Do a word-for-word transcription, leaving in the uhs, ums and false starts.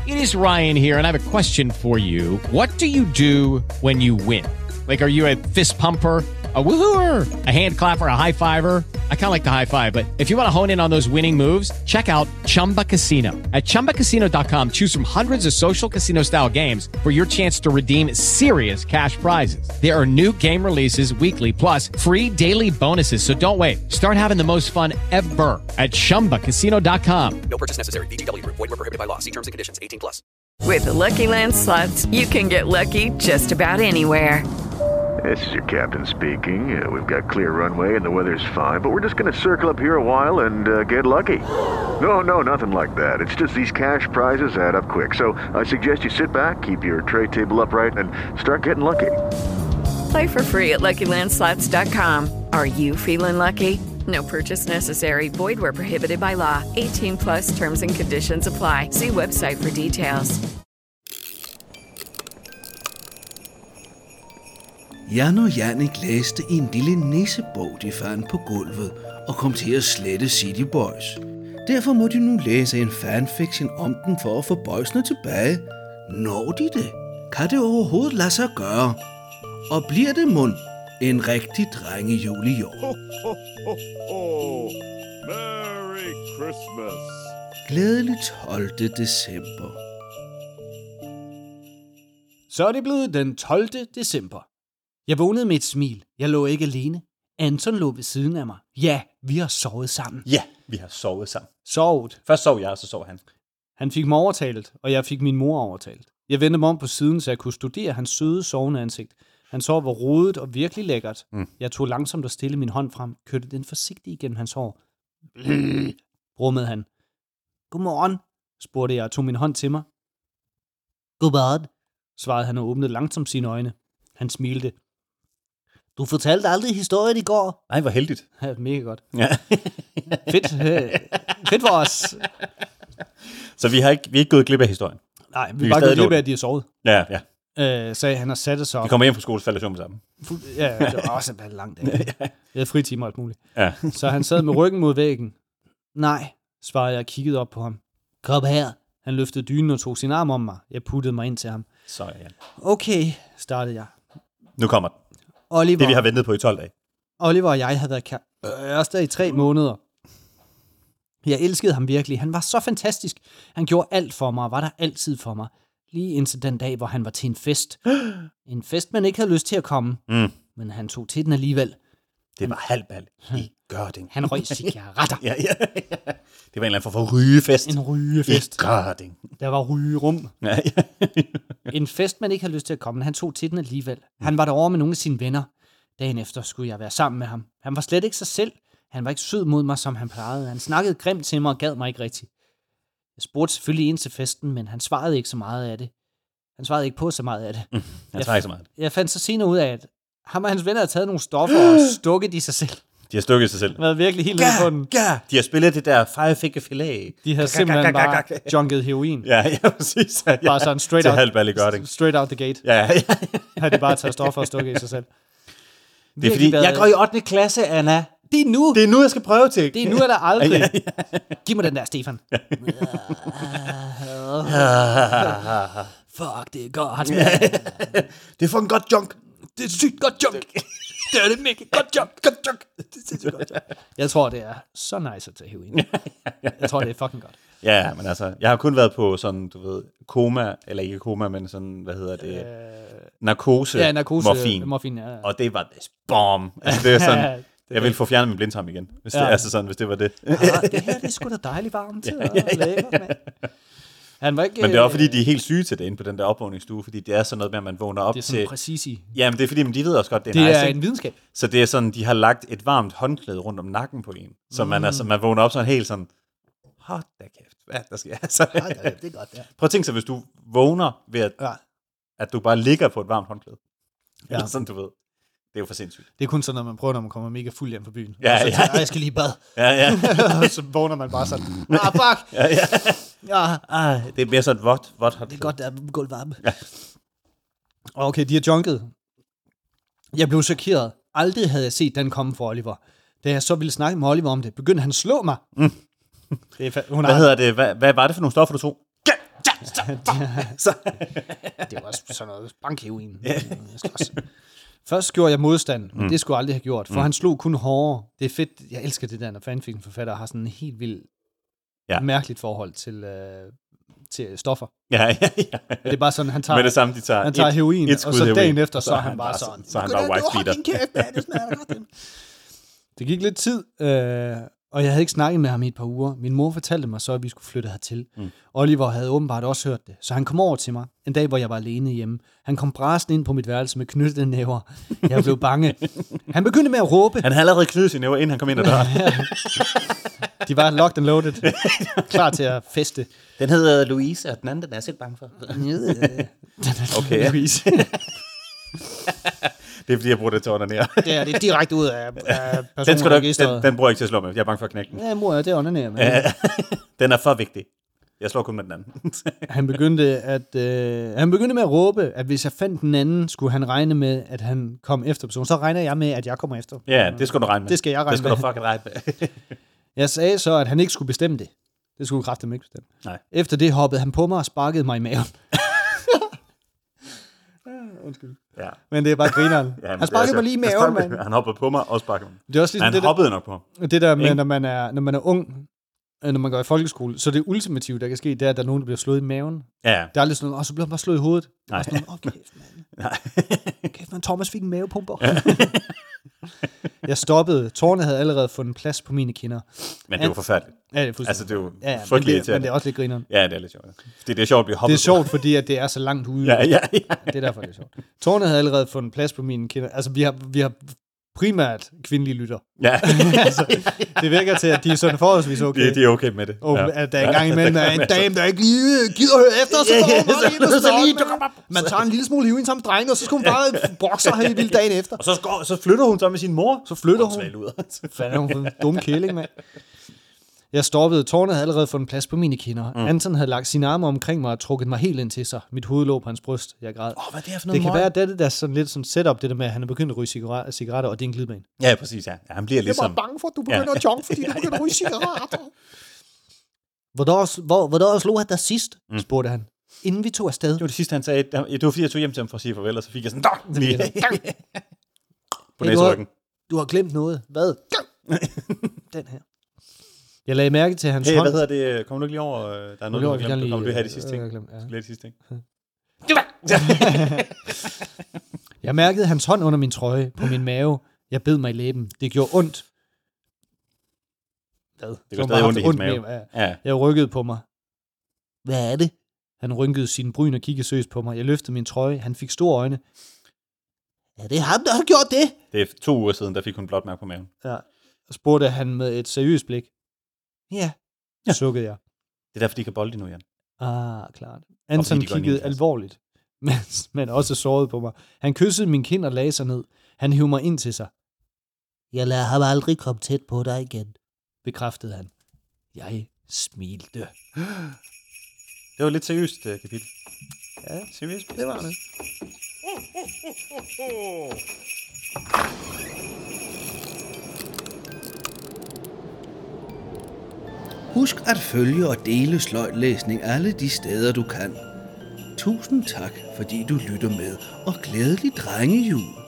It is Ryan here, and I have a question for you. What do you do when you win? Like, are you a fist pumper, a woohooer, a hand clapper, a high fiver? I kind of like the high five, but if you want to hone in on those winning moves, check out Chumba Casino. At chumba casino dot com, choose from hundreds of social casino-style games for your chance to redeem serious cash prizes. There are new game releases weekly, plus free daily bonuses, so don't wait. Start having the most fun ever at chumba casino dot com. No purchase necessary. V G W Group. Void where prohibited by law. See terms and conditions. eighteen plus. With the Lucky Land Slots, you can get lucky just about anywhere. This is your captain speaking. Uh, we've got clear runway and the weather's fine, but we're just going to circle up here a while and uh, get lucky. No, no, nothing like that. It's just these cash prizes add up quick. So I suggest you sit back, keep your tray table upright, and start getting lucky. Play for free at lucky land slots dot com. Are you feeling lucky? No purchase necessary. Void where prohibited by law. eighteen plus terms and conditions apply. See website for details. Jan og Jannik læste i en lille nissebog, de fandt på gulvet, og kom til at slette City Boys. Derfor må de nu læse en fanfiction om den for at få boysene tilbage. Når de det? Kan det overhovedet lade sig gøre? Og bliver det mund en rigtig drengejul i år? Ho, ho, ho, ho. Merry Christmas. Glædelig tolvte december. Så er det blevet den tolvte december. Jeg vågnede med et smil. Jeg lå ikke alene. Anton lå ved siden af mig. Ja, vi har sovet sammen. Ja, vi har sovet sammen. Sovet. Først sov jeg, og så sov han. Han fik mig overtalt, og jeg fik min mor overtalt. Jeg vendte mig om på siden, så jeg kunne studere hans søde, sovende ansigt. Han sov var rodet og virkelig lækkert. Mm. Jeg tog langsomt og stille min hånd frem, kørte den forsigtigt igennem hans hår. Brummede han. Godmorgen, spurgte jeg og tog min hånd til mig. Godmorgen, svarede han og åbnede langsomt sine øjne. Han smilte. Du fortalte aldrig historien i går. Nej, hvor heldigt. Ja, mega godt. Ja. Fedt. Fedt for os. Så vi har ikke, vi er ikke gået glip af historien. Nej, vi, vi er bare gået glip af, at de har sovet. Ja, ja. Øh, sagde han og satte sig op. Vi kommer hjem fra skole, falder søvn sammen. Ja, det var også en lang dag. Jeg havde fritimer og alt muligt. Ja. Så han sad med ryggen mod væggen. Nej, svarede jeg og kiggede op på ham. Kom her. Han løftede dynen og tog sin arm om mig. Jeg puttede mig ind til ham. Så ja. Okay, startede jeg. Nu kommer den. Oliver, det vi har ventet på i tolv dage. Oliver og jeg havde været kærester i tre måneder. Jeg elskede ham virkelig. Han var så fantastisk. Han gjorde alt for mig og var der altid for mig. Lige indtil den dag, hvor han var til en fest. En fest, man ikke havde lyst til at komme. Mm. Men han tog til den alligevel. Det var halvbal i Gørding. Han røg cigaretter. ja, ja, ja. Det var en eller anden form for rygefest. En rygefest. I Gørding. Der var rygerum. Ja, ja. En fest, man ikke havde lyst til at komme, men han tog til den alligevel. Han var derovre med nogle af sine venner. Dagen efter skulle jeg være sammen med ham. Han var slet ikke sig selv. Han var ikke sød mod mig, som han plejede. Han snakkede grimt til mig og gad mig ikke rigtigt. Jeg spurgte selvfølgelig ind til festen, men han svarede ikke så meget af det. Han svarede ikke på så meget af det. Mm, han svarede ikke så meget. Jeg fandt så senere ud af, at ham og hans venner havde taget nogle stoffer og stukket i sig selv. De har stukket sig selv. De har virkelig helt nede på den. Ja, de har spillet det der fejefække filet. De har simpelthen bare junket heroin. Ja, ja, præcis. Ja, bare sådan straight out, halvbal i Gørding. Straight out the gate. Ja, ja, ja. Har de bare taget stoffer og stukket i sig selv. Det er fordi, jeg går i ottende klasse, Anna. Det er nu. Det er nu, jeg skal prøve til. Det er nu, eller aldrig. Ja, ja. Giv mig den der, Stefan. Fuck, det er godt. Det er fucking godt junk. Det er sygt godt junk. Det er det mega godt junk. Godt junk. Det er godt. Jeg tror, det er så nice at tage heroin. Jeg tror, det er fucking godt. Ja, men altså, jeg har kun været på sådan, du ved, koma, eller ikke koma, men sådan, hvad hedder det, øh, narkose, ja, narkose morfin. morfin ja, ja. Og det var det bomb. Altså, det er sådan, jeg ville få fjernet min blindtarm igen, hvis det, ja. altså sådan, hvis det var det. Ja, det her, det er sgu da dejligt varmt til ja, ja, ja, ja. Lækkert, mand. Han var ikke, men det er også fordi, de er helt syge til det inde på den der opvågningsstue, fordi det er sådan noget med, at man vågner op til... Det er sådan præcis i. Jamen, det er fordi, men de ved også godt, det er Det nice, er ikke? en videnskab. Så det er sådan, de har lagt et varmt håndklæde rundt om nakken på en. Så mm. man, altså, man vågner op sådan helt sådan... Hold da kæft, hvad der skal altså, ja, ja, det er godt, ja. Prøv at tænke sig, hvis du vågner ved, at, ja. at du bare ligger på et varmt håndklæde. Ja. Eller sådan, du ved. Det er jo for sindssygt. Det er kun sådan, når man prøver, når man kommer mega fuld hjem fra byen. Ja, så ja. tænker, jeg skal lige bad. Ja, ja. Så vågner man bare sådan. Ah, fuck! Ja, ja. Ja. Ah, det er mere sådan et vådt, vådt håndklæde. Det er godt, der er gulv varme. Ja. Okay, de har junket. Jeg blev chokeret. Aldrig havde jeg set den komme fra Oliver. Da jeg så ville snakke med Oliver om det, begyndte han at slå mig. Mm. Det er fa- hun hvad har... hedder det? Hvad, hvad var det for nogle stoffer, du tog? Så. Det var også sådan noget bankheroin. Først gjorde jeg modstand, men mm. det skulle jeg aldrig have gjort, for mm. han slog kun hårdere. Det er fedt. Jeg elsker det der, når fanfiction-forfattere har sådan en helt vildt ja. mærkeligt forhold til, øh, til stoffer. Ja, ja, ja. Det er bare sådan, han tager, med det samme, de tager han tager et, heroin, et og så dagen heroin, efter, så er han bare sådan. Så er han bare white-speeder. Det gik lidt tid, øh, og jeg havde ikke snakket med ham i et par uger. Min mor fortalte mig så, at vi skulle flytte hertil. Mm. Oliver havde åbenbart også hørt det, så han kom over til mig en dag, hvor jeg var alene hjemme. Han kom brasende ind på mit værelse med knyttede næver. Jeg blev bange. Han begyndte med at råbe. Han havde allerede knyttet sine næver, inden han kom ind ad døren. De var locked and loaded. Klar til at feste. Den hedder Louise, og den anden den er jeg selv bange for. Okay. Louise. Det er fordi, jeg bruger det til at onanere. Det er, det er direkte ud af, af personregisteret. Den, den bruger jeg ikke til at slå med. Jeg er bange for at knække den. Ja, mor, det er onanere med. Den er for vigtig. Jeg slår kun med den anden. han, begyndte at, øh, han begyndte med at råbe, at hvis jeg fandt den anden, skulle han regne med, at han kom efter personen. Så regner jeg med, at jeg kommer efter. Ja, det skal du regne med. Det skal jeg regne med. Det skal med. Du fucking regne med. Jeg sagde så, at han ikke skulle bestemme det. Det skulle kraftigt ikke bestemme. Nej. Efter det hoppede han på mig og sparkede mig i maven. Undskyld. Ja. Men det er bare grineren. Ja, han sparkede mig lige i maven, mand. Han hoppede på mig og sparkede mig. Det er også ligesom han det hoppede der, nok på ham. Det der med, når man, er, når man er ung, når man går i folkeskole, så det ultimative, der kan ske, det er, at der er nogen, der bliver slået i maven. Ja. Det er aldrig sådan noget, og så bliver han bare slået i hovedet. Nej. Sådan, åh, kæft, mand. Kæft, man, Thomas fik en mavepumper. Jeg stoppede. Tårnet havde allerede fundet plads på mine kinder. Men det er jo forfærdeligt. Ja, det er altså, det er jo ja, ja, frygteligt men, det, men det er også lidt grineren. Ja, det er lidt sjovt. Fordi det er sjovt at blive hoppet. Det er sjovt, fordi at det er så langt ude. Ja, ja, ja. Det er derfor, det er sjovt. Tårnet havde allerede fundet plads på mine kinder. Altså, vi har, vi har primært kvindelige lytter. Ja. Altså, det virker til, at de er sådan forholdsvis okay. De, de er okay med det. Og ja. At der er en gang imellem, der er en dame, der ikke lige gider at høre efter, så går man så lige, man tager en lille smule heroin sammen med drenge, og så skal hun bare bokse her hele dagen efter. Og så, går, så flytter hun så med sin mor. Så flytter hun. Fanden er hun for en dum kæling, mand. Jeg stoppede. Tårnet havde allerede fundet plads på mine kinder. Mm. Anton havde lagt sine arme omkring mig og trukket mig helt ind til sig. Mit hoved lå på hans bryst. Jeg græd. Oh, hvad er det her for noget det kan møg? være, at det er sådan lidt sådan setup, det der med, at han er begyndt at ryge cigaretter, cigaretter og det er en glidebane. Ja, præcis. Ja. Ja, han bliver ligesom... Jeg er bare bange for, at du begynder ja. at jogge, fordi du begynder at ryge cigaretter. Hvornår, hvor, hvornår slog han dig sidst? Mm. Spurgte han. Inden vi tog afsted. Det var det sidste, han sagde. Det var fordi, jeg tog hjem til ham for at sige farvel, og så fik jeg sådan... Lige. På hey, næseryggen. Du har glemt noget. Hvad? Den her. Jeg lagde mærke til hans hey, hånd. Hvad hedder det? Kommer du ikke lige over? Der er noget, du har glemt. Du kommer lige have de sidste ting. Jeg glemte de sidste ting. Jeg mærkede hans hånd under min trøje, på min mave. Jeg bed mig i læben. Det gjorde ondt. Hvad? Det gjorde stadig ondt i hendes mave. Ja. Ja. Jeg rykkede på mig. Hvad er det? Han rynkede sine bryn og kiggede seriøst på mig. Jeg løftede min trøje. Han fik store øjne. Ja, det er ham, der har gjort det. Det er to uger siden, der fik hun blot mærke på maven. Ja. Og spurgte han med et seriøst blik. Ja, ja. Sukkede jeg. Det er derfor, de kan bolde nu, Jan. Ah, klart. Anton kiggede alvorligt, men, men også såret på mig. Han kyssede min kind og lagde sig ned. Han hævde mig ind til sig. Jeg lader ham aldrig komme tæt på dig igen, bekræftede han. Jeg smilte. Det var lidt seriøst, uh, kapitel. Ja, seriøst. Det var det. Husk at følge og dele Sløjtlæsning alle de steder, du kan. Tusind tak, fordi du lytter med, og glædelig drengejul.